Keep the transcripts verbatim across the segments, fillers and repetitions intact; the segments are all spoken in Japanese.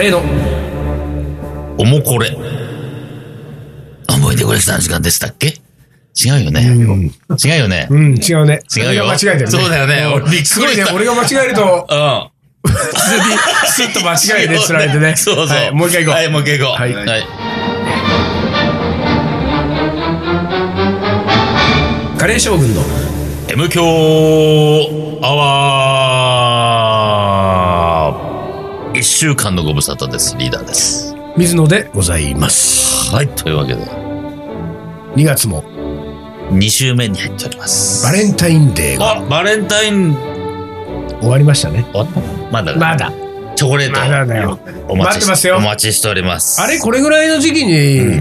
レーのおもこれ思い出コレクターの時間でしたっけ？違うよね、うん、違うよね、 うん、違うね、 違うよ、 間違えてるね。 そうだよね、 俺びっくりした。すごいね、俺が間違えると、うん、普通にスッと間違えてつられてね。 そうそう、 はい、もう一回行こう。 はい、もう一回行こう。はい、はい、 カレー将軍の M 強アワー、一週間のご無沙汰です。リーダーです。 水野でございます。 はい、というわけでにがつもに週目に入っております。 バレンタインデーが、 あ、バレンタイン終わりましたね。 終わった？まだまだチョコレートまだだよ。 お待ち待ってますよ。 お待ちしております。 あれ、これぐらいの時期に、うん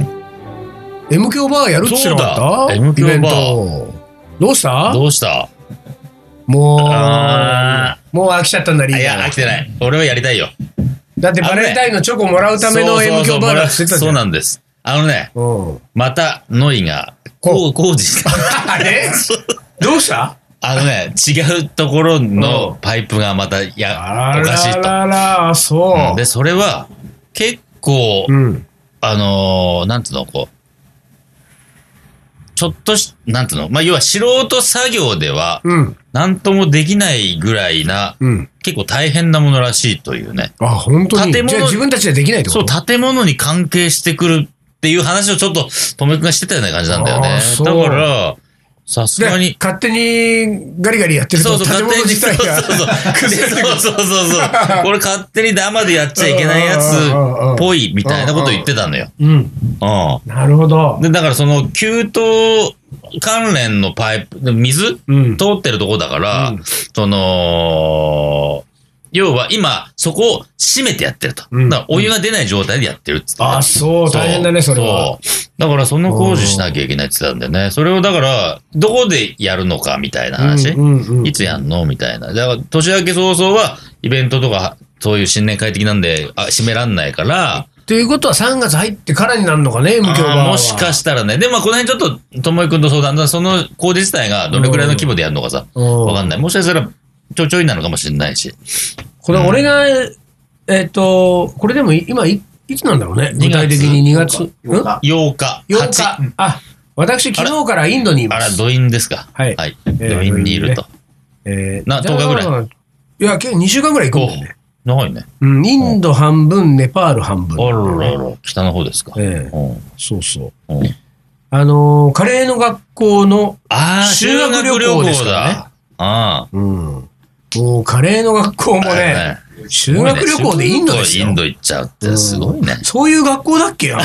、M 響バーやるってなかった？ M 響バーどうした？ どうした？ もうもう飽きちゃったんだリーダー。 いや、飽きてない。俺はやりたいよ。 だってバレンタインのチョコもらうための M 響バーだって言ってたじゃん。 そうなんです。あのね、うん、またノイがこう工事した。 あれ？どうした？ あのね、違うところのパイプがまたや、おかしいと。 あらら、そう、 うん。で、それは結構、うん、あのー、なんつうの、こう、ちょっとし、なんつうの、まあ、要は素人作業では、うん、なんともできないぐらいな、うん、結構大変なものらしいというね。 あ、本当に？建物、じゃあ自分たちでできないってこと？ そう、建物に関係してくるっていう話をちょっと、とめくんがしてたような感じなんだよね。だから、さすがに。 勝手にガリガリやってると、 そうそう、 建物自体が崩れてくる。 そうそうそうそう。これ勝手にダマでやっちゃいけないやつっぽいみたいなこと言ってたのよ。うん。うん。 なるほど。 で、だからその、給湯関連のパイプ、水、うん、通ってるとこだから、うん、その、要は今、そこを閉めてやってると。うん、だからお湯が出ない状態でやってるっつって、ね。 あ、そう、大変だね、それは。そう。 だからその工事しなきゃいけないって言ってたんでね。それをだから、どこでやるのかみたいな話。うんうんうん、いつやんのみたいな。だから年明け早々は、イベントとか、そういう新年会的なんで、あ、閉めらんないから。 ということはさんがつ入ってからになるのかね、M 響は。 もしかしたらね。でもこの辺ちょっと、ともいくんと相談だ。その工事自体がどれくらいの規模でやるのかさ。わかんない。もしかしたら、ちょちょいなのかもしれないし。 これ俺が、うん、えっと、これでも今い、いつなんだろうね。具体的ににがつ。 ようか。ようか。 ようか。あ、私昨日からインドにいます。 あら、ドインですか。はい。はい。ドインにいると。えー、な、とおかぐらい。いや、にしゅうかんぐらい行くんだよね。 長いね。 うん、インド半分、ネパール半分。 あららら、北の方ですか。ええ。そうそう。あの、カレーの学校の修学旅行ですからね。ああ。うん。もうカレーの学校もね、修学旅行でインドですよ。 インド行っちゃうってすごいね。 そういう学校だっけよ。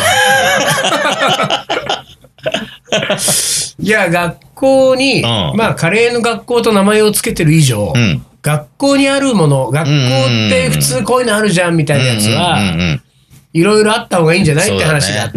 いや、学校に、まあカレーの学校と名前をつけてる以上、学校にあるもの、学校って普通こういうのあるじゃんみたいなやつは、いろいろあった方がいいんじゃないって話があって、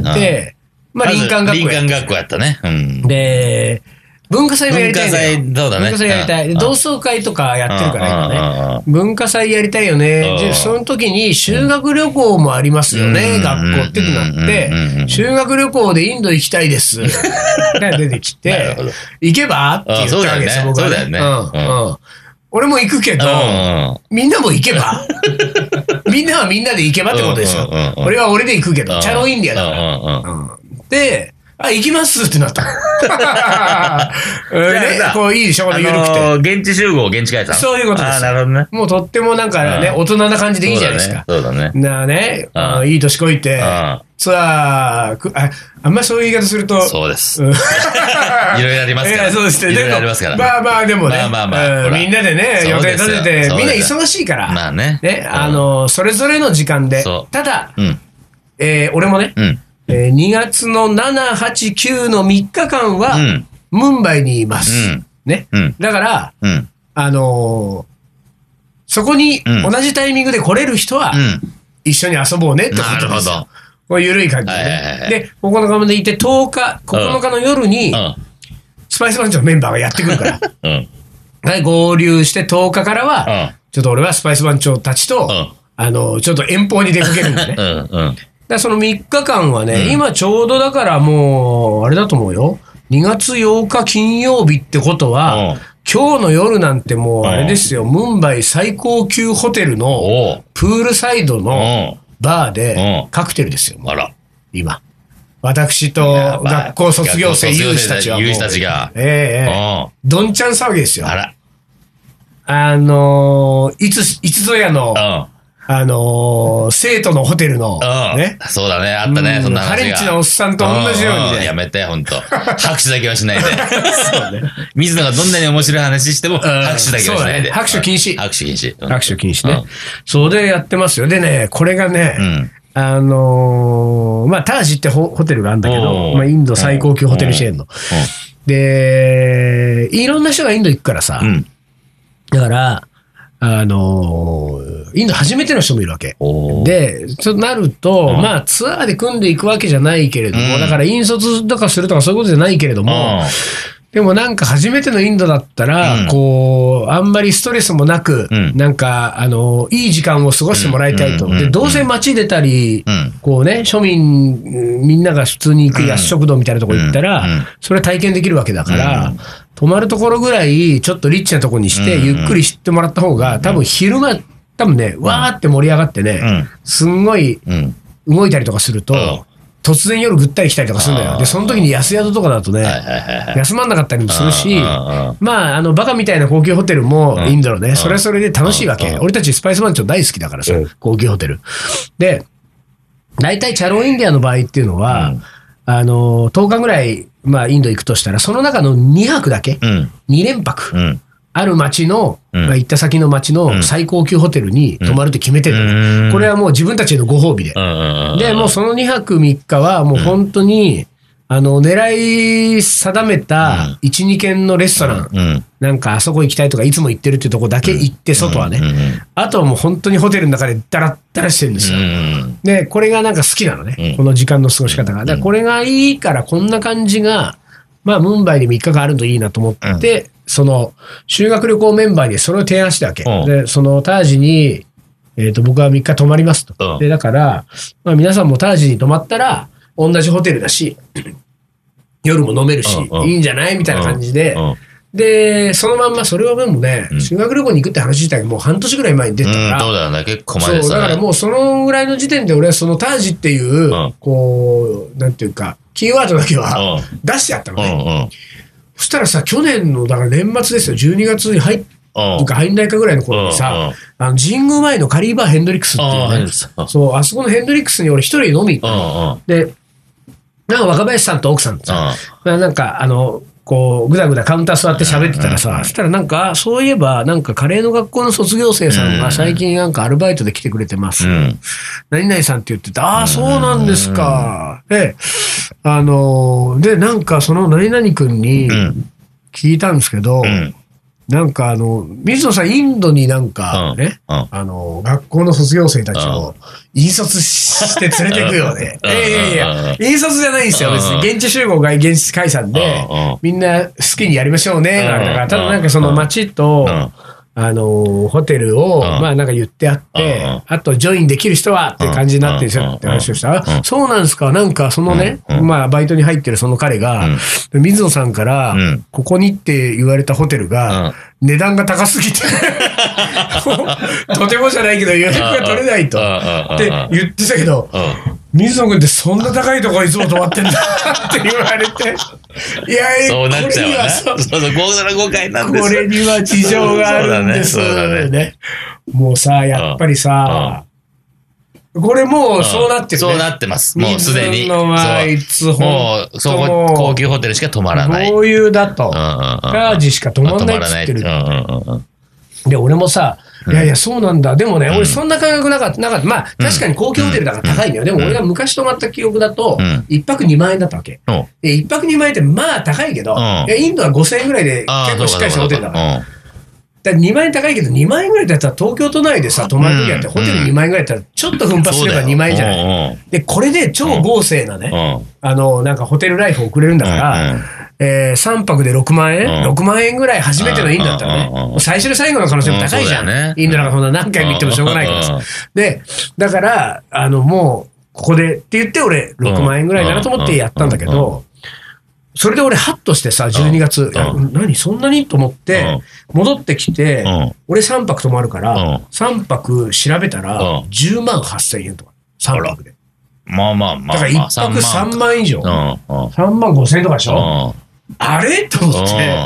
まあ林間学校。 林間学校やったね。 で、文化祭もやりたいんだよ。 文化祭、そうだね。 文化祭やりたい。同窓会とかやってるから今ね。文化祭やりたいよね。で、その時に修学旅行もありますよね。学校ってなって、修学旅行でインド行きたいです。が出てきて、行けばって言ったわけですよ、僕はね。そうだよね。俺も行くけど、みんなも行けばみんなはみんなで行けばってことですよ。俺は俺で行くけど、チャロインディアだから。で、あ、行きますってなった。ね、こういいでしょ、この緩くて。 あのー、現地集合、現地解散。 そういうことです。 あ、なるほどね。 もうとってもなんかね、大人な感じでいいじゃないですか。 そうだね。 なあね、あいい年こいて、ツアー、あ、あんまそういう言い方すると。 そうです。いろいろありますから。 そうですね。 いろいろありますから。 まあまあでもね。 まあまあまあ。 みんなでね、予定立てて、みんな忙しいから。 まあね。 ね、あの、それぞれの時間で。ただ、え、俺もね、にがつのなな、はち、きゅうのみっかかんは、ムンバイにいます。ね。だから、あの、そこに同じタイミングで来れる人は、一緒に遊ぼうねってことですよ。なるほど。これ緩い感じでね。で、ここのかまでいてとおか、ここのかの夜に、スパイス番長のメンバーがやってくるから。はい、合流してとおかからは、ちょっと俺はスパイス番長たちと、あの、ちょっと遠方に出かけるんでね。だそのみっかかんはね、うん、今ちょうどだからもう、あれだと思うよ。にがつようか金曜日ってことは、うん、今日の夜なんてもうあれですよ、うん、ムンバイ最高級ホテルのプールサイドのバーでカクテルですよ。 あら。 今。私と学校卒業生有志たちはもう。 有志たちが。 ええ。どんちゃん騒ぎですよ。 あら。 あのー、いつ、いつぞやの、あのー、生徒のホテルの、 ね。そうだね、あったね、そんな話が。 ハレンチなおっさんと同じようにね。 やめて、ほんと。拍手だけはしないで。そうね。水野がどんなに面白い話しても、拍手だけはしないで。 拍手禁止。 拍手禁止。 拍手禁止ね。そうでやってますよ。でね、これがね、あのー、まあ、タージってホテルがあるんだけど、まあ、インド最高級ホテルチェーンの。で、いろんな人がインド行くからさ、だから、あのー、インド初めての人もいるわけ。で、となると、まあ、ツアーで組んでいくわけじゃないけれども、だから引率とかするとかそういうことじゃないけれども、でもなんか初めてのインドだったら、こう、あんまりストレスもなく、なんか、あの、いい時間を過ごしてもらいたいと。で、どうせ街出たり、こうね、庶民、みんなが普通に行く安食堂みたいなとこ行ったら、それ体験できるわけだから、泊まるところぐらい、ちょっとリッチなとこにして、ゆっくり知ってもらった方が、多分昼間、多分ね、わーって盛り上がってね、すんごい動いたりとかすると、突然夜ぐったり来たりとかするんだよ。で、その時に安宿とかだとね、休まんなかったりもするし、まあ、あの、バカみたいな高級ホテルもインドのね、それはそれで楽しいわけ。俺たちスパイス番長大好きだからさ、高級ホテル。で、大体チャローインディアの場合っていうのは、あの、とおかぐらい、まあ、インド行くとしたら、その中のにはくだけ、にれんぱく、ある町の、まあ、行った先の町の最高級ホテルに泊まるって決めてる、うん、これはもう自分たちへのご褒美で。うん、で、もうそのにはくみっかはもう本当に、うん、あの、狙い定めたいち、にけんのレストラン、うん、なんかあそこ行きたいとかいつも行ってるっていうとこだけ行って、外はね、うんうん。あとはもう本当にホテルの中でダラッダラしてるんですよ。うん、で、これがなんか好きなのね、うん、この時間の過ごし方が。だからこれがいいからこんな感じが、まあ、ムンバイでみっかかんあるといいなと思って、うん、その、修学旅行メンバーにそれを提案したわけ。うん、で、そのタージに、えっと、僕はみっか泊まりますと。うん、で、だから、まあ、皆さんもタージに泊まったら、同じホテルだし、夜も飲めるし、うん、いいんじゃないみたいな感じで、うんうん、で、そのまんまそれはでもね、うん、修学旅行に行くって話自体がもう半年ぐらい前に出たから、うん、 そうだよね、結構前ですね。 そう、だからもうそのぐらいの時点で俺はそのタージっていう、うん、こう、なんていうか、キーワードだけは出してあったのね。うんうん、そしたらさ、去年の、だから年末ですよ、じゅうにがつに入っか入んないかぐらいの頃にさ、あの神宮前のカリーバーヘンドリックスっていうね、そう、あそこのヘンドリックスに俺一人飲み行った。で、なんか若林さんと奥さんとさ、なんかあの、こう、ぐだぐだカウンター座って喋ってたらさ、そしたらなんか、そういえば、なんかカレーの学校の卒業生さんが最近なんかアルバイトで来てくれてます。うん、何々さんって言ってて、ああ、そうなんですか。で、あの、で、なんかその何々くんに聞いたんですけど、うん、なんかあの、水野さんインドになんかね、うんうん、あの、学校の卒業生たちを引率して連れていくよね。いやいやいや、引率じゃないんですよ。別に現地集合が現地解散で、みんな好きにやりましょうね。だから、ただなんかその街と、あの、ホテルを、まあなんか言ってあって、あとジョインできる人はって感じになってるんですよって話をしたら、そうなんですか、なんかそのね、まあバイトに入ってるその彼が、水野さんから、ここにって言われたホテルが、値段が高すぎて、とてもじゃないけど予約が取れないと。って言ってたけど、水野君ってそんな高いところいつも泊まってんだって言われて、いやいや、 そうなっちゃうわね。そうそう、ごかいなんです。 これには事情があるんです。そうだね。ね。もうさ、やっぱりさ、これもうそうなってるね。 そうなってます。もうすでに。 のあいつもう、そこ、高級ホテルしか泊まらない。 豪遊だと。ガージしか泊まらないって言ってる。で、俺もさ、いやいや、そうなんだ。でもね、俺そんな感覚なかった。なかった。まあ、確かに高級ホテルだから高いんだよ。でも俺が昔泊まった記憶だと、一泊にまんえんだったわけ。で、一泊にまんえんってまあ高いけど、インドはごせんえんぐらいで結構しっかりしたホテルだから。だからにまんえん高いけど、にまんえんぐらいだったら東京都内でさ、泊まるときだってホテルにまんえんぐらいだったら、ちょっと奮発すればにまんえんじゃない。で、これで超豪勢なね、あの、なんかホテルライフを送れるんだから、えー、さんぱくでろくまんえん、うん、ろくまんえんぐらい初めてのインドだったらね、もう最初で最後の可能性も高いじゃん。うんね、インドなんかそんな何回も行ってもしょうがないからさ。で、だから、あの、もう、ここでって言って俺、ろくまんえんぐらいだなと思ってやったんだけど、それで俺ハッとしてさ、じゅうにがつ、何そんなにと思って、戻ってきて、俺さんぱく泊まるから、さんぱく調べたら、じゅうまんはっせんえんとか。 さんぱくで。 まあまあまあ。 だからいっぱくさんまん以上。 うんうん、 さんまんごせんえんとかでしょ、うん、あれと思って。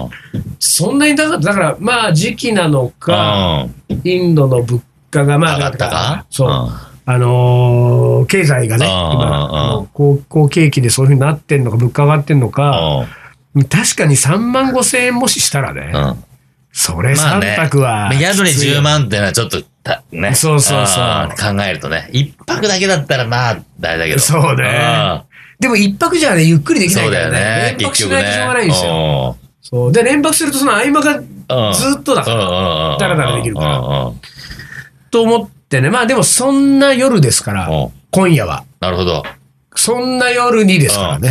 そんなに高かった。だから、まあ時期なのか、インドの物価がまあ上がったかそう。あのー、経済がね、今、高校景気でそういうふうになってんのか、物価上がってんのか、確かにさんまんごせんえんもししたらね、うん、それさんぱくは、 ね、宿にじゅうまんっていうのはちょっとね、 そうそうそう。 考えるとね、いっぱくだけだったらまあ、大だけど。 そうね。でもいっぱくじゃね、ゆっくりできないからね。そうだよね。連泊しないとしょうがないんですよ。そう。で、連泊するとその合間がずっとだから、だらだらできるから。と思ってね、まあでもそんな夜ですから、今夜は。 なるほど。 そんな夜にですからね。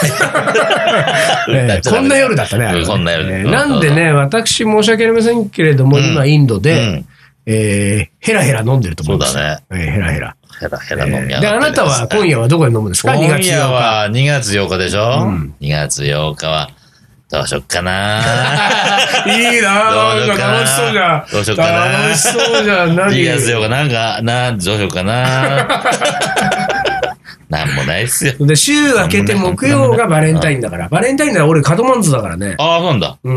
こんな夜だったね。 こんな夜。 なんでね、私申し訳ありませんけれども、今インドで、えヘラヘラ飲んでると思います。 そうだね。 ヘラヘラ。 ヘラヘラ飲みで、あなたは今夜はどこで飲むんですか？ 今夜はにがつようかでしょ？ にがつようかは、どうしよっかないいなぁ。なんか楽しそうじゃん。 どうしよっかな楽しそうじゃん。何？ にがつようかなんか、な、どうしようかななんもないっすよ。 で、週明けて木曜がバレンタインだから。バレンタインなら俺カトマンズだからね。 ああ、そうなんだ。うん。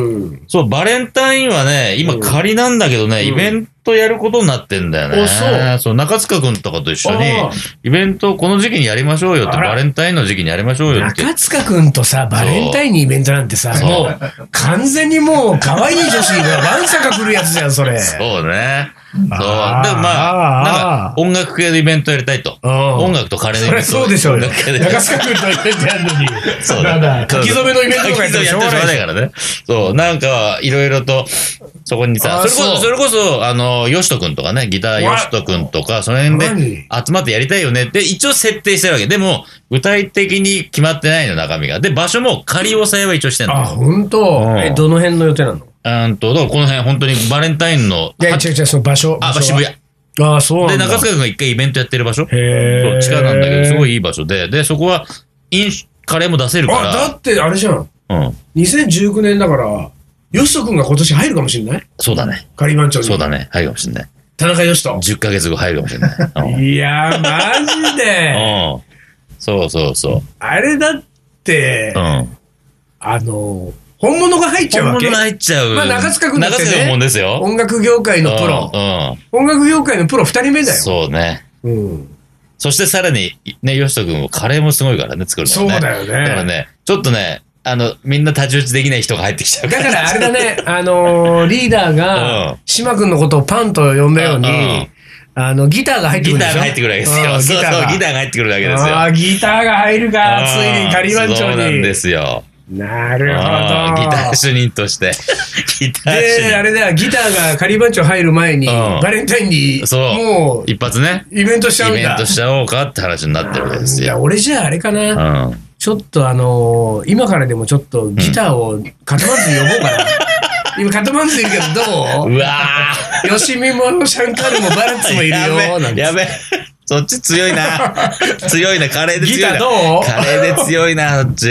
そう、バレンタインはね、今仮なんだけどね、イベントやることになってんだよね。あ、そう。そう、中塚くんとかと一緒に、イベントこの時期にやりましょうよって、バレンタインの時期にやりましょうよって。 中塚くんとさ、バレンタインにイベントなんてさ、もう、完全にもう、可愛い女子がワンサカ来るやつじゃん、それ。 そうね。そう。でもまあ、なんか、音楽系でイベントやりたいと。音楽とカレーのイベント。 そうでしょうよ。中塚くんとイベントやるのに。そうだ。書き初めのイベントとかやってもしょうがないからね。そう。なんか、いろいろと、そこにさ、それこそ、それこそ、あの、よしとくんとかね、ギターよしとくんとか、その辺で集まってやりたいよねって、一応設定してるわけ。でも、具体的に決まってないの、中身が。で、場所も仮押さえは一応してんの。 あ、ほんと？え、どの辺の予定なの？ うんと、だからこの辺、本当にバレンタインの。 いや、違う違う、その場所。 あ、渋谷。 ああ、そうなんだ。 で、中塚君が一回イベントやってる場所。へそう、地下なんだけど、すごいいい場所で、で、そこは、飲酒、カレーも出せるから。 あ、だって、あれじゃん。うん。にせんじゅうきゅうねんだから、よしと君が今年入るかもしれない？ そうだね。 カリバン町に。 そうだね。入るかもしれない。 田中よしと。 じゅっかげつご入るかもしれない。 うん、いやー、マジで。 うん。そうそうそう。 あれだって、うん。あの、本物が入っちゃうわけ？ 本物が入っちゃう。 まあ、中塚君だってね。 中塚君ですよ。 音楽業界のプロ。うん。音楽業界のプロ二人目だよ。 そうね。うん。そしてさらに、ね、よしと君もカレーもすごいからね、作るのね。 そうだよね。 だからね、ちょっとね、あの、みんな太刀打ちできない人が入ってきちゃうから。 だからあれだね、あのー、リーダーが、島君のことをパンと呼んだように、うん、あの、ギターが入ってくるんですよ。 ギターが入ってくるわけですよ。そうそう、ギターが入ってくるわけですよ。 ああ、ギターが入るか、ついにカリバン町に。 そうなんですよ。 なるほど。 ギター主任として。 ギター主任。で、あれだよ、ギターがカリバン町入る前に、うん、バレンタインに、もう、 一発ね。 イベントしちゃうんだ。 イベントしちゃおうかって話になってるわけですよ。 いや、俺じゃああれかな。うん、ちょっとあのー、今からでもちょっとギターをカトマンズに呼ぼうかな。今カトマンズいるけどどう？ うわー。ヨシミもシャンカルもバラッツもいるよ。 やべ、やべ。そっち強いな。強いな、カレーで強いな。 ギターどう？ カレーで強いな、そっち。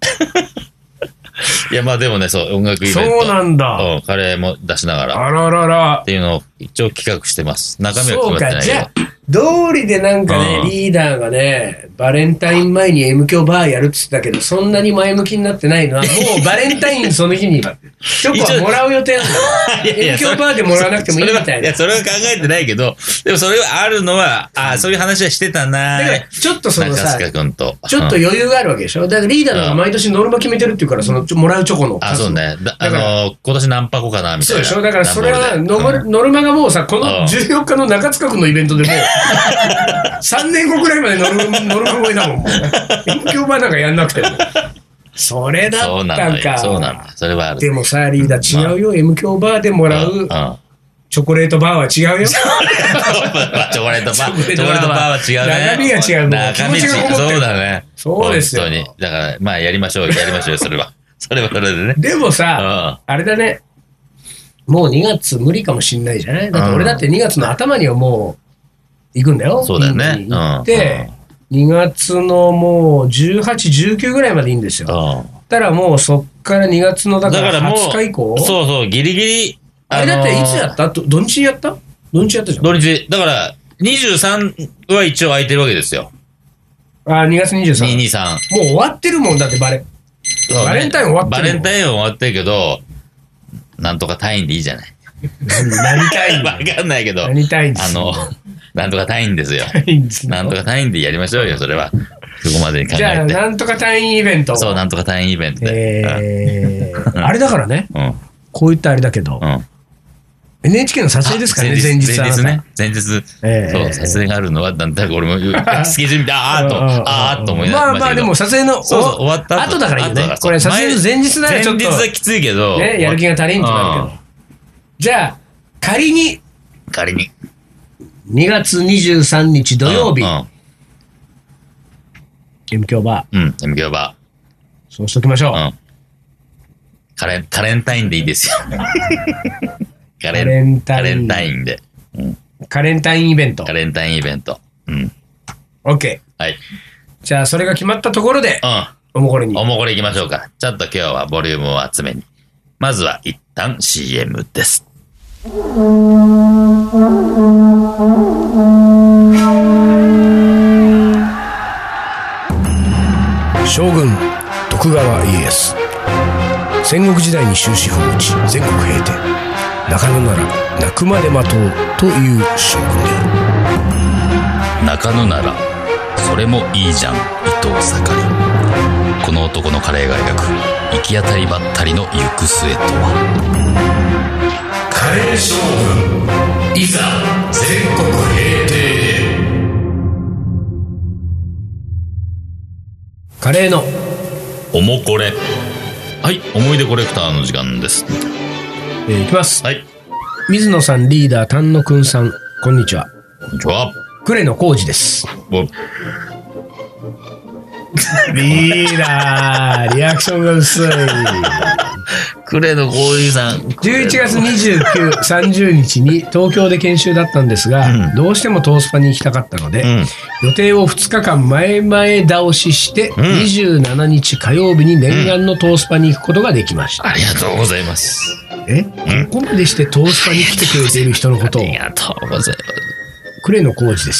いや、まあでもね、そう、音楽イベント。 そうなんだ。 うん、カレーも出しながら。 あららら。 っていうのを一応企画してます。中身は決まってないよ。そうか、じゃあ、 道理でなんかね、うん、リーダーがね、バレンタイン前に M 響バーやるって言ってたけど、そんなに前向きになってないのは、もうバレンタインその日に、チョコはもらう予定なんだ。M 響バーでもらわなくてもいいみたいな。 いや、それは考えてないけど、でもそれはあるのは、ああ、そういう話はしてたな。 だから、ちょっとそのさ、 中塚君とちょっと余裕があるわけでしょ。だからリーダーが毎年ノルマ決めてるっていうから、その、もらうチョコの数。 あ、そうね。あの、今年何箱かな、みたいな。 そうでしょ。だからそれはノルマがもうさ、このじゅうよっかの中塚君のイベントでもう、さんねんごくらいまでノルマ超えだもん。M 響バーなんかやんなくても。それだったんか。 そうなんだ。それはある。 でもさ、リーダー違うよ。M 響バーでもらうチョコレートバーは違うよ。 チョコレートバー。チョコレートバーは違うね。 中身が違う。 中身が違う。そうだね。 そうですよ。 本当に。だから、まあやりましょう。やりましょうよ、それは。それはそれでね。 でもさ、あれだね。もうにがつ無理かもしんないじゃない？だって俺だってにがつの頭にはもう行くんだよ。 そうだよね。 行って、にがつのもうじゅうはち、じゅうきゅうぐらいまでいいんですよ。たらもうそっからにがつのだからはつか以降。 そうそう、ギリギリ。 あれだっていつやった？土日やった？土日やったじゃん。 土日。だから、 にじゅうさんは一応空いてるわけですよ。 あ、にがつにじゅうさん。 に、に、さん。 もう終わってるもんだって、バレ。バレンタイン終わってる。 バレンタインは終わってるけど、なんとか単位でいいじゃない。 何単位わかんないけど。 何単位です。 あの、なんとか単位ですよ。なんとか単位でやりましょうよ、それは。そこまでに考えて。じゃあ、 なんとか単位イベント。 そう、なんとか単位イベントで。 えー、あれだからね。うん。こういったあれだけど。うん。エヌエイチケー の撮影ですからね、前日。 前日ね。前日。そう、撮影があるのは、なんだか俺も、スケジュール見て、あーっと、あーっと思いながら。 まあまあ、でも撮影の終わった後だからいいよね。これ撮影の前日ならちょっと。 前日はきついけど。 ね、やる気が足りんってなるけど。じゃあ、仮に。 仮に。 にがつにじゅうさんにち土曜日。M 響バー。うん、M 響バー。そうしときましょう。 カレン、カレンタインでいいですよ。カレンタイン。カレンタインで。 うん。カレンタインイベント。 カレンタインイベント。うん。 OK。 はい。 じゃあ、それが決まったところで、うん。おもこれに。 おもこれ行きましょうか。ちょっと今日はボリュームを集めに。まずは一旦 シーエム です。 将軍徳川家康、戦国時代に終止符を打ち全国平定、中野なら泣くまで待とうという将軍である。中野ならそれもいいじゃん伊藤盛り。この男のカレーが描く行き当たりばったりの行く末とは。カレー将軍いざ全国平定へ。 カレーのおもこれ。はい、思い出コレクターの時間です。 えー、いきます。 はい。 水野さん、リーダー丹野くんさん、こんにちは。 こんにちは。 呉野浩二です。リーダー、リアクションが薄い。 呉野浩二さん。 じゅういちがつにじゅうく、さんじゅうにちに東京で研修だったんですが、うん、どうしてもトースパに行きたかったので、うん、予定をふつかかん前々倒しして、うん、にじゅうしちにち火曜日に念願のトースパに行くことができました。 ありがとうございます。 え、ここまでしてトースパに来てくれている人のことを。ありがとうございます。 呉野浩二です。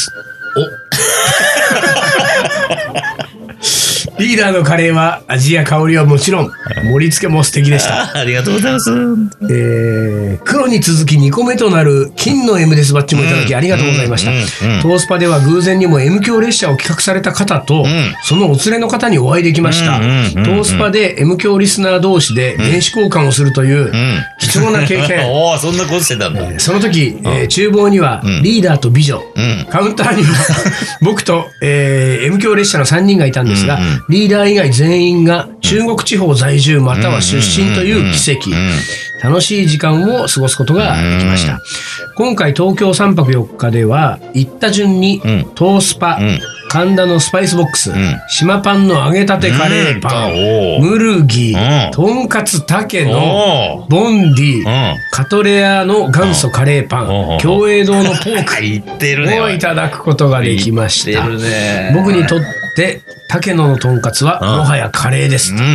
リーダーのカレーは味や香りはもちろん盛り付けも素敵でした。 あ, ありがとうございます。 えー、黒に続きにこめとなる金の エム デスバッジもいただきありがとうございました。うんうんうん、トースパでは偶然にも M 響列車を企画された方と、うん、そのお連れの方にお会いできました。うんうんうんうん、トースパで M 響リスナー同士で名刺交換をするという貴重な経験、うん、 おー、そんなことしてたんだ。 えー、その時、えー、厨房にはリーダーと美女、うん、カウンターには僕と、えー、M 響列車のさんにんがいたんですが、うんうん、リーダー以外全員が中国地方在住または出身という奇跡、楽しい時間を過ごすことができました。今回東京さんぱくよっかでは行った順にトースパ、神田のスパイスボックス、島パンの揚げたてカレーパン、ムルギー、とんかつたけの、ボンディ、カトレアの元祖カレーパン、共栄堂のポークをいただくことができました。僕にとって竹野のとんかつはもはやカレーです。うん、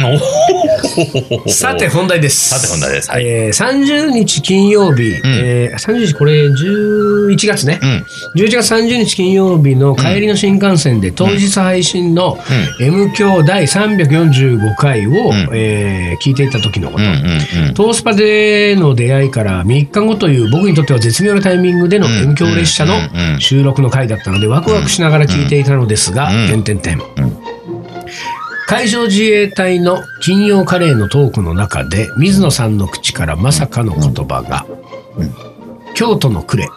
さて本題です。 さて本題です。はい、 えー、さんじゅうにち金曜日、うん、えー、さんじゅうにちこれじゅういちがつね、うん、じゅういちがつさんじゅうにち金曜日の帰りの新幹線で当日配信の M 響だいさんびゃくよんじゅうごかいを、うん、えー、聞いていた時のこと、うんうんうん、トースパでの出会いからみっかごという僕にとっては絶妙なタイミングでの M 響列車の収録の回だったのでワクワクしながら聞いていたのですが、点々点海上自衛隊の金曜カレーのトークの中で水野さんの口からまさかの言葉が、うん、京都の呉、うん、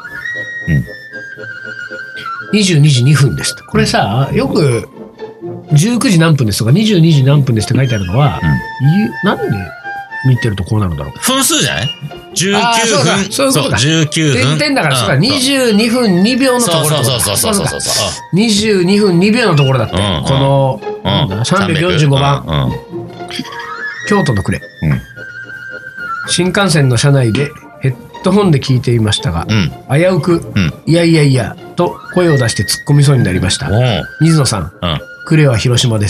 にじゅうにじにふんです。これさ、よくじゅうくじ何分ですとかにじゅうにじ何分ですって書いてあるのは、うん、何で見てるとこうなるんだろう。 分数じゃない？じゅうきゅうふん。 そういうことだ。 じゅうきゅうふん。 点々だから、そうか、にじゅうにふんにびょうのところ。 そうそうそうそうそうそう。 にじゅうにふんにびょうのところだって。この、さんびゃくよんじゅうごばん。京都の呉。新幹線の車内でヘッドホンで聞いていましたが、危うく、いやいやいや、と声を出して突っ込みそうになりました。水野さん、呉は広島です。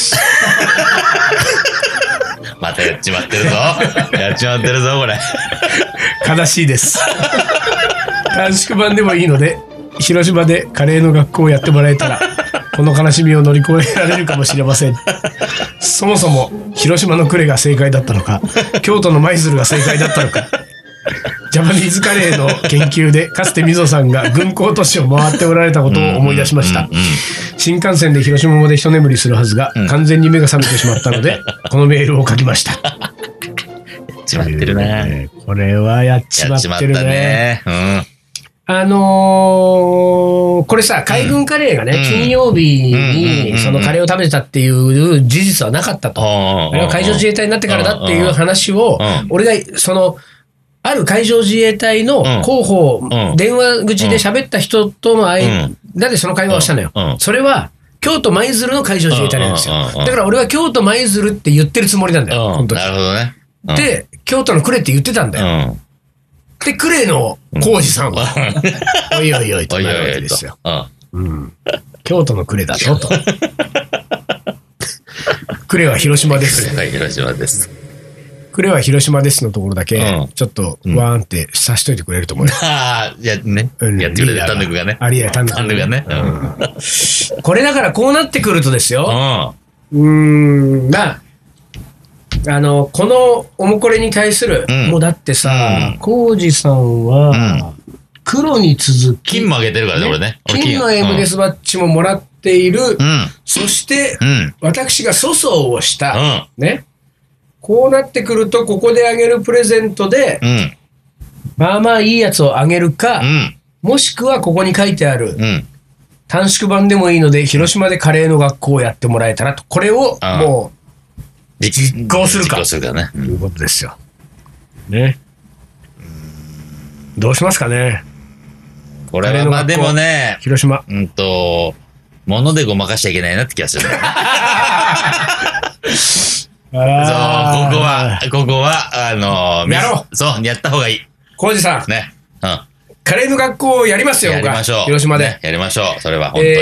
またやっちまってるぞ。やっちまってるぞ、これ。 悲しいです。短縮版でもいいので、 広島でカレーの学校をやってもらえたらこの悲しみを乗り越えられるかもしれません。そもそも広島のクレが正解だったのか、京都の舞鶴が正解だったのか。ジャパニーズカレーの研究でかつて水野さんが軍港都市を回っておられたことを思い出しました。新幹線で広島まで一眠りするはずが、うん、完全に目が覚めてしまったのでこのメールを書きました。やっちまってるね。 これはやっちまってるね。やっちまったね。うん、あのー、これさ、海軍カレーがね、うん、金曜日にそのカレーを食べてたっていう事実はなかったと。あれは海上自衛隊になってからだっていう話を、俺がそのある海上自衛隊の広報、うん、電話口で喋った人との間でその会話をしたのよ。うんうん、それは京都舞鶴の海上自衛隊なんですよ。だから俺は京都舞鶴って言ってるつもりなんだよ。本当に。なるほどね。うん、で、京都の呉って言ってたんだよ。うん、で、呉の浩二さんは、うん、おいおいおいとなるわけですよ。うん、京都の呉だぞと。呉は広島です。 はい、広島です。 呉は広島ですのところだけ、うん、ちょっとワーンってさしといてくれると思うよ。 ああ、いやね、うん、やってくれる、単独がね。 ありえ、単独がね。うん、 これだからこうなってくるとですよ。うん、まあ、あの、このおもこれに対する、うん、もうだってさ、浩二さんは、黒に続き、 金もあげてるからね、俺ね。 金のエムデスバッジももらっている。うん、そして、うん、私が粗相をした。うん、ね。こうなってくると、ここであげるプレゼントで、うん、まあまあいいやつをあげるか、うん、もしくはここに書いてある、うん、短縮版でもいいので、広島でカレーの学校をやってもらえたらと、これをもう実行するか、 実行するかね、 ということですよ。ね。どうしますかね。 これはまあでもね、 広島。 うんと、物でごまかしちゃいけないなって気がする、ね。そう、ここは、ここは、あのー、 やろうそう、やった方がいい。 浩二さん。 ね。うん。 カレーの学校をやりますよ、 やりましょう。 広島で。 ね、やりましょう。それは、本当に。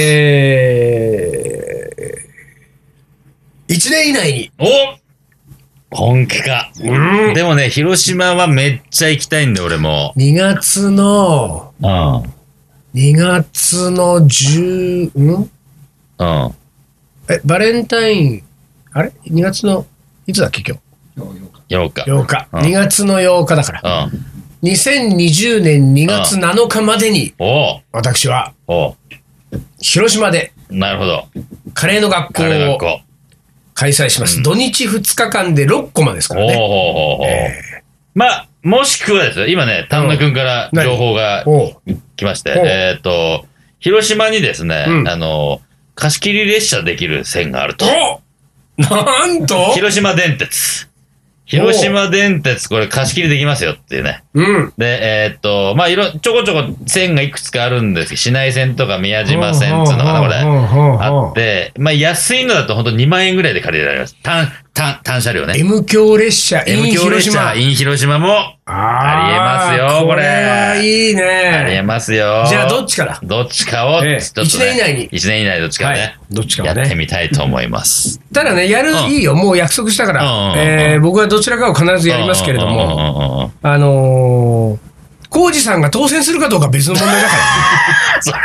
えー、いちねん以内に。 お本気か。うん。でもね、広島はめっちゃ行きたいんだ、俺も。 にがつの、うん。にがつのじゅう、んうん。え、バレンタイン、あれ ?に 月の、いつだっけ今日。 ようか。 ようか。うん、にがつのようかだから。うん、にせんにじゅうねんにがつなのかまでに、うん、私は、広島で、 なるほど。 カレーの学校を開催します。うん、土日ふつかかんでろっコマですからね。おーえー、まあ、もしくはですよ、今ね、丹野くんから情報が来まして、えっと、広島にですね、うん、あの、貸し切り列車できる線があると。 なんと広島電鉄。広島電鉄、これ貸し切りできますよっていうね。うん。で、えー、っと、まあ、いろ、ちょこちょこ線がいくつかあるんですけど、市内線とか宮島線っていうのがこれ、あって、まあ、安いのだと本当にまんえんぐらいで借りられます。単、単、単車両ね。 M 強列車、 M 強列車、イン広島も、ありえますよ、これ。これはいいね。 ありえますよ。 じゃあ、どっちからどっちかを、 ええ、ちょっと、ね。いちねん以内に。 いちねん以内どっちかね。はい、 どっちかね。 やってみたいと思います。 ただね、やる、うん、いいよ。もう約束したから。うん、えー、僕はどちらかを必ずやりますけれども、あのー、浩二さんが当選するかどうか別の問題だから。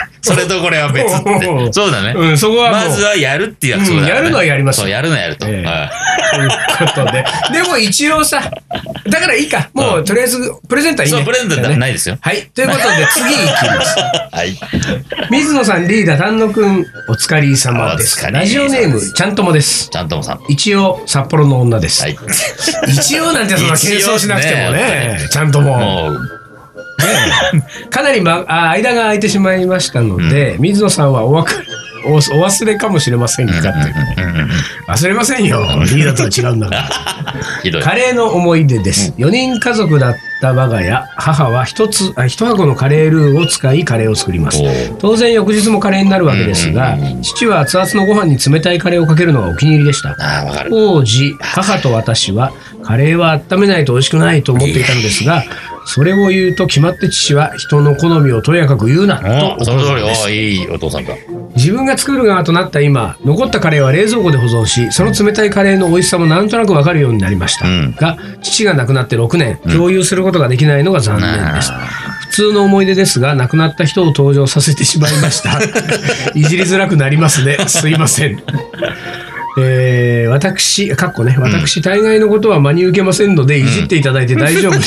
そ, それとこれは別って。そうだね。 うん、そこはまずはやるっていう約束だね、うん。 やるのはやります。 そう、やるのはやると。えー、はい。 ということで。でも一応さ、だからいいか。もう、うん、とりあえず、プレゼントはいいね。 そう、プレゼントはないですよ。 はい。ということで、次いきます。 はい。 水野さん、リーダー、丹野くん、お疲れ様です。ラジオネーム、ちゃんともです。 ちゃんともさん。 一応、札幌の女です。はい。一応なんてそんな謙遜しなくてもね。ちゃんとも。もうかなり、ま、あ間が空いてしまいましたので、うん、水野さんはおわかお、お忘れかもしれませんかって、忘れませんよ。リーダーとは違うんだからカレーの思い出です、うん、よにん家族だった我が家、母は一つあ一箱のカレールーを使いカレーを作ります。当然翌日もカレーになるわけですが、父は熱々のご飯に冷たいカレーをかけるのがお気に入りでした。当時母と私はカレーは温めないと美味しくないと思っていたのですが、それを言うと決まって父は人の好みをとやかく言うなと怒るのです。 いいお父さんだ。 自分が作る側となった今、残ったカレーは冷蔵庫で保存し、その冷たいカレーの美味しさもなんとなく分かるようになりました、うん、が父が亡くなってろくねん、共有することができないのが残念です。普通の思い出ですが、亡くなった人を登場させてしまいました。いじりづらくなりますね。すいません。えー、私、かっこね、私、大概のことは真に受けませんので、いじっていただいて大丈夫です。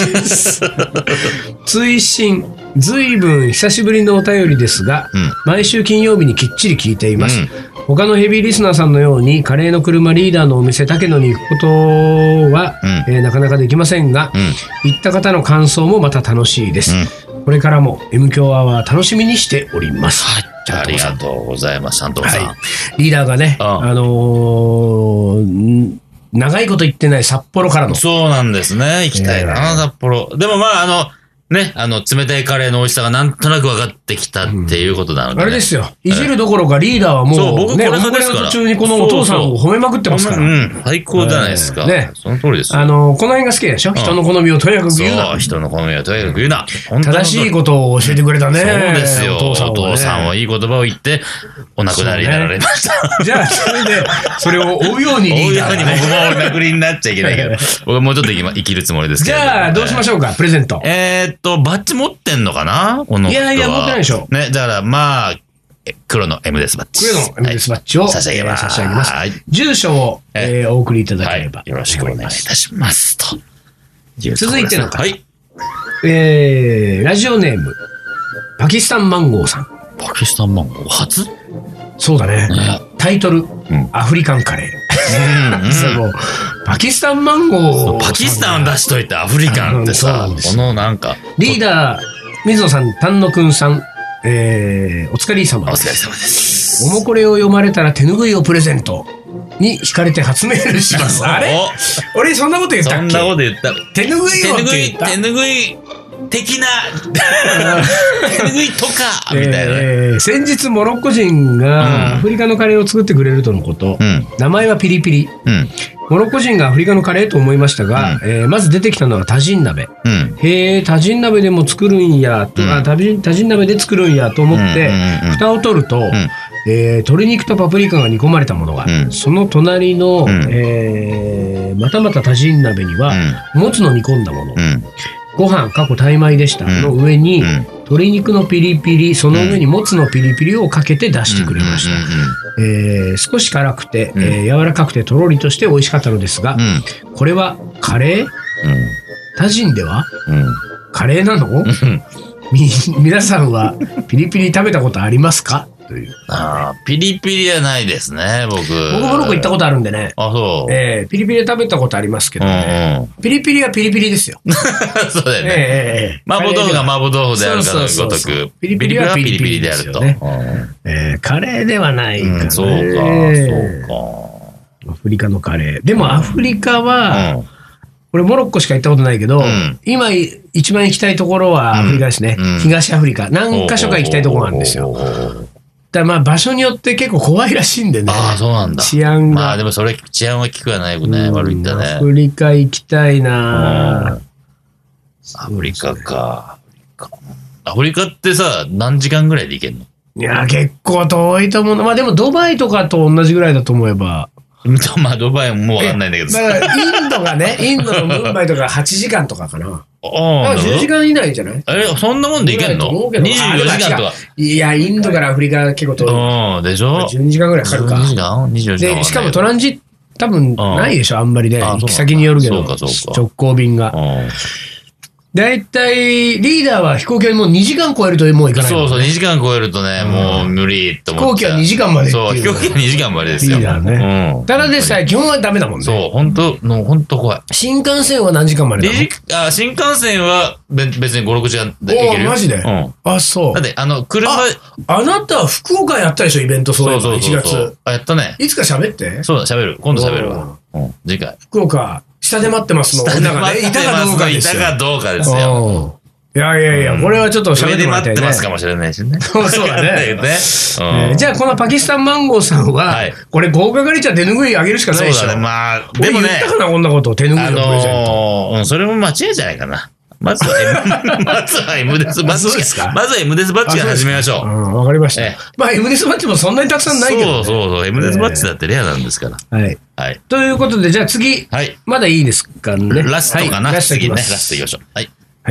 追伸、ずいぶん久しぶりのお便りですが、うん、毎週金曜日にきっちり聞いています。うん、他のヘビーリスナーさんのように、カレーの車リーダーのお店、竹野に行くことは、うんえー、なかなかできませんが、うん、行った方の感想もまた楽しいです。うん、これからも M 強アワー楽しみにしております。はい、 ありがとうございます、ちゃんとさん、はい。リーダーがね、あ、あのー、長いこと行ってない札幌からの。 そうなんですね。行きたいな、えー、札幌。でもまあ、あの、ね、あの、冷たいカレーの美味しさがなんとなく分かってきたっていうことなので、ねうん、 あれですよ。いじるどころかリーダーはもう、そう、僕これ派ですから。途中にこのお父さんを褒めまくってますから。 そうそううん、最高じゃないですか。えー、ね。その通りですよ。 あの、この辺が好きでしょ、うん、人の好みをとにかく言うな。 そう、人の好みをとにかく言うな。 正しいことを教えてくれたね。 そうですよ。お父さんは、ね、お父さんはいい言葉を言って、お亡くなりになられました。 ね、じゃあ、それで、それを追うようにリーダー、ね。 追うように僕もお亡くなりになっちゃいけないけど、僕はもうちょっと生きるつもりですけど。 じゃあ、どうしましょうか、プレゼント。 えーっと、バッジ持ってんのかなこの人は。 いやいや、持ってないでしょ。 ね、だからまあ、黒の エム デスバッジ。 黒の エム デスバッジを、はい、差し上げます。差し上げます。住所を、えー、お送りいただければ、はい。 よろしくお願いいたしますと。 続いての方。 はい。 えー、ラジオネーム、パキスタンマンゴーさん。 パキスタンマンゴー初？ そうだね。ねタイトル、うん、アフリカンカレー。うんうん、そうパキスタンマンゴー。 パキスタン出しといてアフリカンってさ、このなんか。 リーダー、水野さん、丹野くんさん、えー、お疲れ様です。お疲れ様です。 おもこれを読まれたら手ぬぐいをプレゼントに惹かれて初メールします。あれ俺そんなこと言ったっけ？ そんなこと言った。 手ぬぐいをって言った。 手ぬぐい的な手ぬぐいとかみたいな、 えー、先日モロッコ人がアフリカのカレーを作ってくれるとのこと、うん、名前はピリピリ、うん、モロッコ人がアフリカのカレーと思いましたが、うんえー、まず出てきたのはタジン鍋、うん、へえタジン鍋でも作るんやと、うん、あタジンタジン鍋で作るんやと思って、うん、蓋を取ると、うんえー、鶏肉とパプリカが煮込まれたものが、うん、その隣の、うんえー、またまたタジン鍋には、うん、もつの煮込んだもの、うんご飯過去タイ米でした、うん、の上に、うん、鶏肉のピリピリその上にもつのピリピリをかけて出してくれました、えー、少し辛くて、うんえー、柔らかくてとろりとして美味しかったのですが、うん、これはカレー、うん、タジンでは、うん、カレーなの、うん、み皆さんはピリピリ食べたことありますかという。 ああ、ピリピリじゃないですね、僕。 僕モロッコ行ったことあるんでね。 あ、そう。 えー、ピリピリ食べたことありますけどね。うんうん、ピリピリはピリピリですよ。 そうだよね。えー、麻婆豆腐が麻婆豆腐であるかのごとく、ピリピリはピリピリであると。ねえー、カレーではないかな、うん。 そうか、そうか。アフリカのカレー。でもアフリカは、うん俺モロッコしか行ったことないけど、うん、今一番行きたいところはアフリカですね。うん、東アフリカ。何か所か行きたいところなんですよ。だまあ場所によって結構怖いらしいんでね。 ああ、そうなんだ。 治安が。 まあでもそれ治安は聞くはないよね。悪いんだね。 アフリカ行きたいなアフリカか。アフリカってさ、何時間ぐらいで行けんの？ いや、結構遠いと思うの。まあでもドバイとかと同じぐらいだと思えば。 まあ、ドバイももうわかんないんだけどさ。 だから、インドがね、インドのムンバイとかはちじかんとかかな。ああ。じゅうじかん以内じゃないえ、そんなもんでいけんの ?にじゅうよじかんとか。 いや、インドからアフリカ結構遠い。 うん、でしょ ?じゅうにじかんぐらいかかるか。 じゅうにじかん ?にじゅうよじかん。 で、しかもトランジット、多分ないでしょ、あんまりね。行き先によるけど。そうか、そうか。直行便が。だいたいリーダーは飛行機はもうにじかん超えるともう行かない、 ね。そうそう、にじかん超えるとね、うん、もう無理と思って。 飛行機はにじかんまでっていう。 そう、飛行機はにじかんまでですよ。 リーダーね。うん、ただでさえ基本はダメだもんね。 そう、本当の本当怖い。 新幹線は何時間までだの？ あ、新幹線は別にご、ろくじかんで行けるよ。 マジで、うん、あ、そう。 だって、あの、車あ、 あなたは福岡やったでしょ、イベント、そういうの。いちがつ。 あ、やったね。 いつか喋って。 そうだ、喋る。今度喋るわ。うん、次回。 福岡、下で待ってますの。下で待ってます。いたかどうかですよ。 いたかどうかですよ。 いやいやいや、これはちょっと喋ってもらいたいね。 上で待ってますかもしれないしね。 そうそうだね。ねうん、じゃあ、このパキスタンマンゴーさんは、はい、これ合格率は手ぬぐいあげるしかないでしょ。 そうだね。まあ、でもね。 言ったかな、こんなこと。手ぬぐいのプレゼント。あのー、うん、それも間違いじゃないかな。まずは M、まずは M デスバッジ。ですかまずは M デスバッジから始めましょう。 うん、わかりました。ええ、まあ M デスバッジもそんなにたくさんないけど、ね。 そうそうそう。M デスバッジだってレアなんですから。 はい。はい。ということで、じゃあ次。はい。まだいいですかね。 ラストかな。はい、ラストいきます。ね。ラストいきましょう。はい。 はい。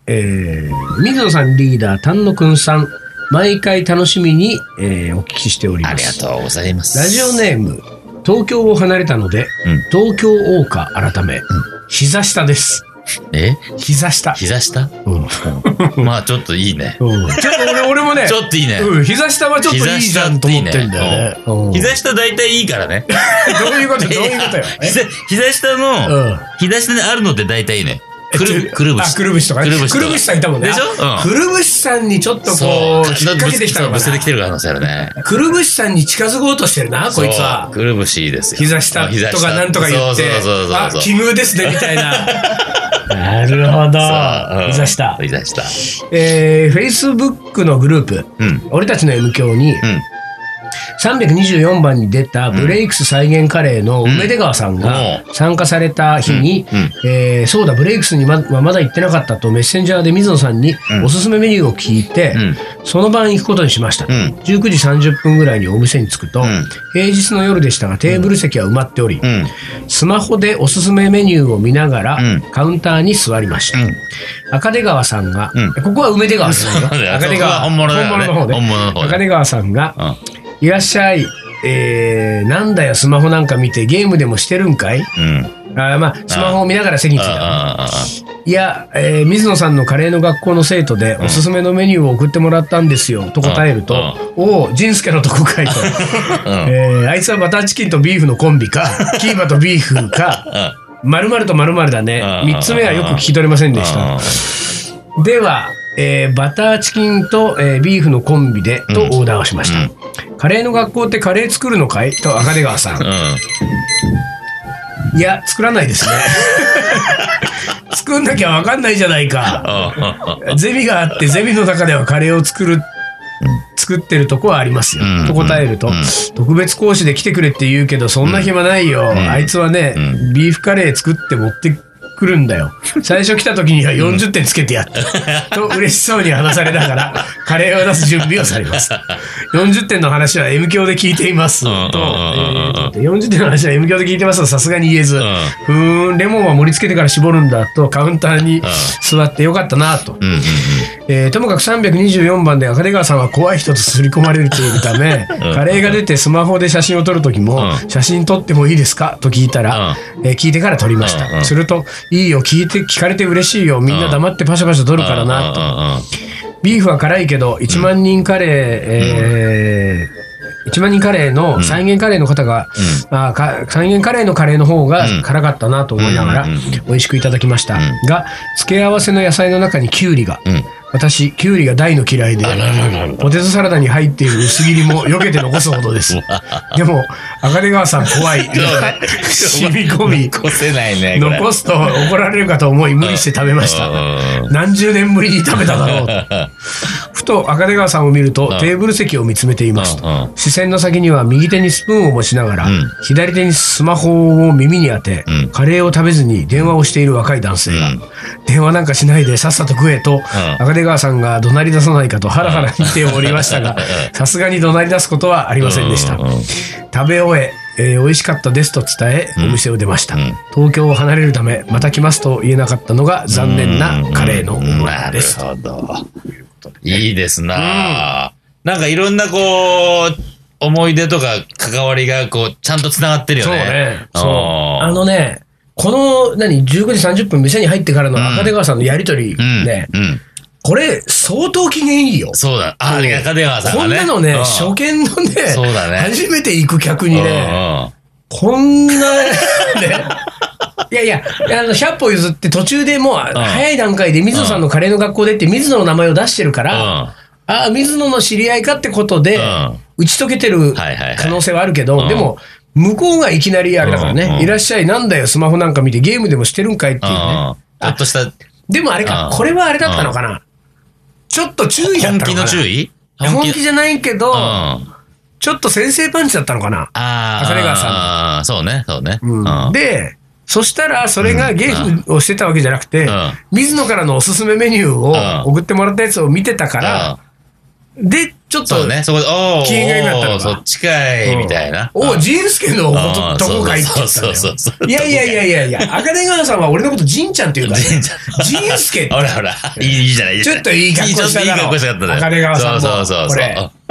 えー、水野さんリーダー、丹野くんさん、毎回楽しみに、えー、お聞きしております。 ありがとうございます。 ラジオネーム、東京を離れたので、うん、東京大花改め、うん、膝下です。 え膝下。 膝下、うん、まあちょっといいね。 うん、ちょっと俺、俺もね。 ちょっといいね。 うん、膝下はちょっといいじゃんと思ってんだよね。 うん、膝下大体いいからね。 どういうことどういうことよ。 膝, 膝下の、うん、膝下にあるのって大体いいね。くる、くるぶし。 あ、くるぶしとかね。くるぶしさんいたもんね。 でしょ、うん、 くるぶしさんにちょっとこう、引っ掛けてきたのかな。 ぶせてきてる可能性あるね。 くるぶしさんに近づこうとしてるな、こいつは。 くるぶしいいですよ。 膝下とかなんとか言って、あ、奇遇ですね、みたいな。なるほど。膝下。 膝下。 えー、Facebook のグループ、うん、俺たちの M 響に、うん、さんびゃくにじゅうよんばんに出たブレイクス再現カレーの梅出川さんが参加された日に、うんうんえー、そうだブレイクスにまはまだ行ってなかったとメッセンジャーで水野さんにおすすめメニューを聞いて、うん、その晩行くことにしました、うん、じゅうくじさんじゅっぷんぐらいにお店に着くと、うん、平日の夜でしたがテーブル席は埋まっており、うん、スマホでおすすめメニューを見ながら、うん、カウンターに座りました、うん、赤出川さんが、うん、ここは梅出川ですよ赤出川本物だよね、 本物の方で、 本物の方で赤出川さんが、うんいらっしゃい、えー、なんだよスマホなんか見てゲームでもしてるんかい、うん、あまあスマホを見ながら席に着いたいや、えー、水野さんのカレーの学校の生徒でおすすめのメニューを送ってもらったんですよ、うん、と答えると、うん、おお仁助のとこかいと、うんえー、あいつはバターチキンとビーフのコンビかキーマとビーフか〇〇と〇〇だねみっつめはよく聞き取れませんでしたではえー、バターチキンと、えー、ビーフのコンビでとオーダーをしました、うん、カレーの学校ってカレー作るのかいと赤出川さん、うん、いや作らないですね作んなきゃ分かんないじゃないかゼミがあってゼミの中ではカレーを作る作ってるとこはありますよ、うん、と答えると、うん、特別講師で来てくれって言うけどそんな暇ないよ、うん、あいつはね、うん、ビーフカレー作って持って来るんだよ最初来た時にはよんじゅってんつけてやった、うん、と嬉しそうに話されながらカレーを出す準備をされますよんじゅってんの話は M 響で聞いていますと、えー、よんじゅってんの話は M 響で聞いてますとさすがに言えず、うん、ふーんレモンは盛り付けてから絞るんだとカウンターに座ってよかったなと、うんうんうんえー、ともかくさんびゃくにじゅうよんばんで赤出川さんは怖い人と刷り込まれるというため、うん、カレーが出てスマホで写真を撮る時も、うん、写真撮ってもいいですかと聞いたら、うんえー、聞いてから撮りました、うんうん、するといいよ聞いて聞かれて嬉しいよみんな黙ってパシャパシャ撮るからなとビーフは辛いけどいちまんにんカレー、えー、いちまんにんカレーの再現カレーの方が、うん、あか再現カレーのカレーの方が辛かったなと思いながら美味しくいただきました、うん、が付け合わせの野菜の中にキュウリが、うん私、キュウリが大の嫌いで、ポテトサラダに入っている薄切りも避けて残すほどです。でも、赤出川さん怖い。染み込み。 残せないね。 残すと怒られるかと思い無理して食べました。何十年ぶりに食べただろうと。ふと赤出川さんを見るとテーブル席を見つめています。視線の先には右手にスプーンを持ちながら、左手にスマホを耳に当て、カレーを食べずに電話をしている若い男性が、電話なんかしないでさっさと食えと、赤出川さんが怒鳴り出さないかとハラハラ見ておりましたがさすがに怒鳴り出すことはありませんでした。食べ終ええー、美味しかったですと伝えお店を出ました、うん、東京を離れるためまた来ますと言えなかったのが残念なカレーの思いです。 なるほどいいですな、うん、なんかいろんなこう思い出とか関わりがこうちゃんとつながってるよね。 そうねそうあのねこの何じゅうくじさんじゅっぷん店に入ってからの赤出川さんのやりとりね、うんうんうんこれ、相当機嫌いいよ。 そうだ。あ、赤出川さんがね。 こんなのね、うん、初見のね、 そうだね。 初めて行く客にね、うんうん、こんな、ね、いやいや、あの、ひゃっぽ譲って途中でもう、早い段階で水野さんのカレーの学校でって水野の名前を出してるから、うん、あ、水野の知り合いかってことで、うん、打ち解けてる可能性はあるけど、はいはいはい、でも、向こうがいきなりあれだからね、うんうん、いらっしゃい、なんだよ、スマホなんか見てゲームでもしてるんかいっていうね。 ちょっとした。 でもあれか、これはあれだったのかな。ちょっと注意だったのかな。 本気の注意？ 本気じゃないけど、うん、ちょっと先制パンチだったのかな。 ああ。 赤出川さん。 ああ、そうね、そうね、 うん。で、そしたらそれがゲームをしてたわけじゃなくて、うん、水野からのおすすめメニューを送ってもらったやつを見てたから、うん、で、 ちょっと、ね、そこで、おー、機嫌が良かったのそっちかい、みたいな。 おー、ジンスケのとこかいって言ったんだよ。そうそうそう。いやいやいやいやいや、赤根川さんは俺のことジンちゃんって言うから。ジンスケって。 ほらほら、いいじゃない、いいじゃない。 ちょっといい格好しただろ。 いい格好したかったね。 赤根川さんも。 そうそうそう。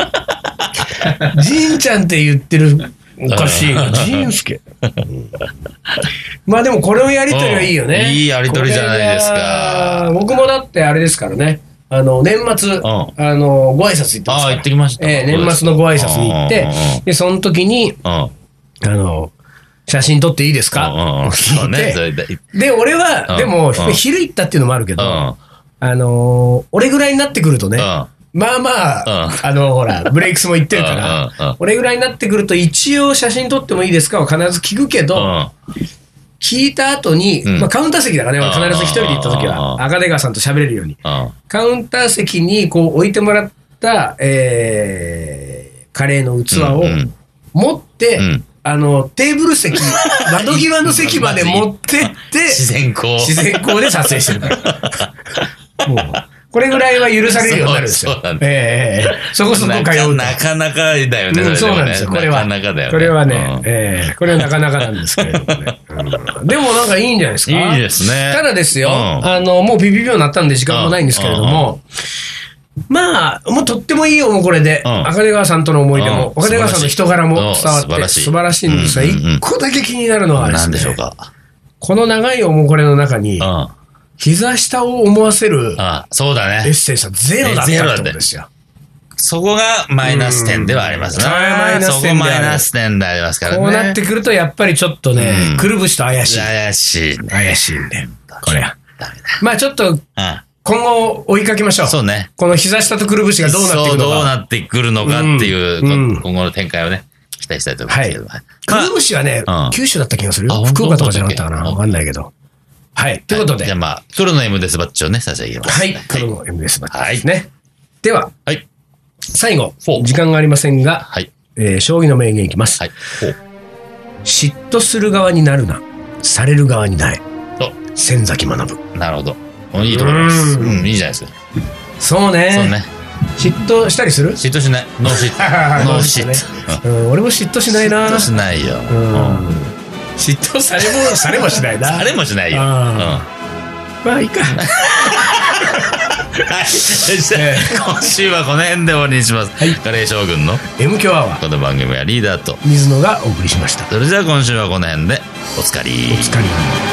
ジンちゃんって言ってる。おかしいな。ジンスケ。まあでもこれをやりとりはいいよね。 いいやりとりじゃないですか。 僕もだってあれですからね。あの、年末、あの、ご挨拶行ってますから。 ああ、行ってきました。 ええ、年末のご挨拶に行って、で、その時に、あの、写真撮っていいですかって。で、俺は、でも、昼行ったっていうのもあるけど、あの、俺ぐらいになってくるとね、まあまあ、あの、ほら、ブレイクスも言ってるから、俺ぐらいになってくると、一応写真撮ってもいいですかは必ず聞くけど、聞いた後に、まあカウンター席だからね、必ず一人で行った時は、赤出川さんと喋れるように。カウンター席にこう置いてもらった、えー、カレーの器を持って、あの、テーブル席、窓際の席まで持ってって、 自然光。 自然光で撮影してるから。もうこれぐらいは許されるようになるんですよ。そうええそこそこ通う。 なかなかだよね。 そうなんですよ。これは。 なかなかだよね。 これはね、ええこれはなかなかなんですけれどもね。でもなんかいいんじゃないですか。 いいですね。 ただですよ、あの、もうピピピになったんで時間もないんですけれども、まあ、もうとってもいいよ、もうこれで。赤出川さんとの思い出も、赤出川さんの人柄も伝わって素晴らしいんですが、一個だけ気になるのはですね、 何でしょうか。 この長いおもこれの中に、膝下を思わせるああそうだね。 エッセンスはゼロだったってことですよ。 そこがマイナス点ではありますね。そこマイナス点でありますからね。 こうなってくるとやっぱりちょっとね、くるぶしと怪しい。 怪しい。 怪しいんで。これは。まあちょっと、今後追いかけましょう。 そうね。 この膝下とくるぶしがどうなってくるのか。そう、 どうなってくるのかっていう、今後の展開をね、期待したいと思いますけど。 くるぶしはね、九州だった気がするよ。福岡とかじゃなかったかな。わかんないけど。はい。ということで。 じゃあまあ、黒の エム デスバッジをね、差し上げます。 はい。黒の エム デスバッジですね。では、 はい。 最後、時間がありませんが、はい。えー、将棋の名言いきます。はい。嫉妬する側になるな。される側になれ。と、先崎学。 なるほど。いいと思います。うん、いいじゃないですか。 そうね。 そうね。 嫉妬したりする？ 嫉妬しない。ノーシット。ノーシット。うん、俺も嫉妬しないな。 嫉妬しないよ。うん。 嫉妬されも、されもしないな。 されもしないよ。うん。 まあ、いいか。 はい。今週はこの辺で終わりにします。はい。カレー将軍の M 強アワー。 この番組はリーダーと水野がお送りしました。 それじゃあ今週はこの辺でおつかり。 おつかり。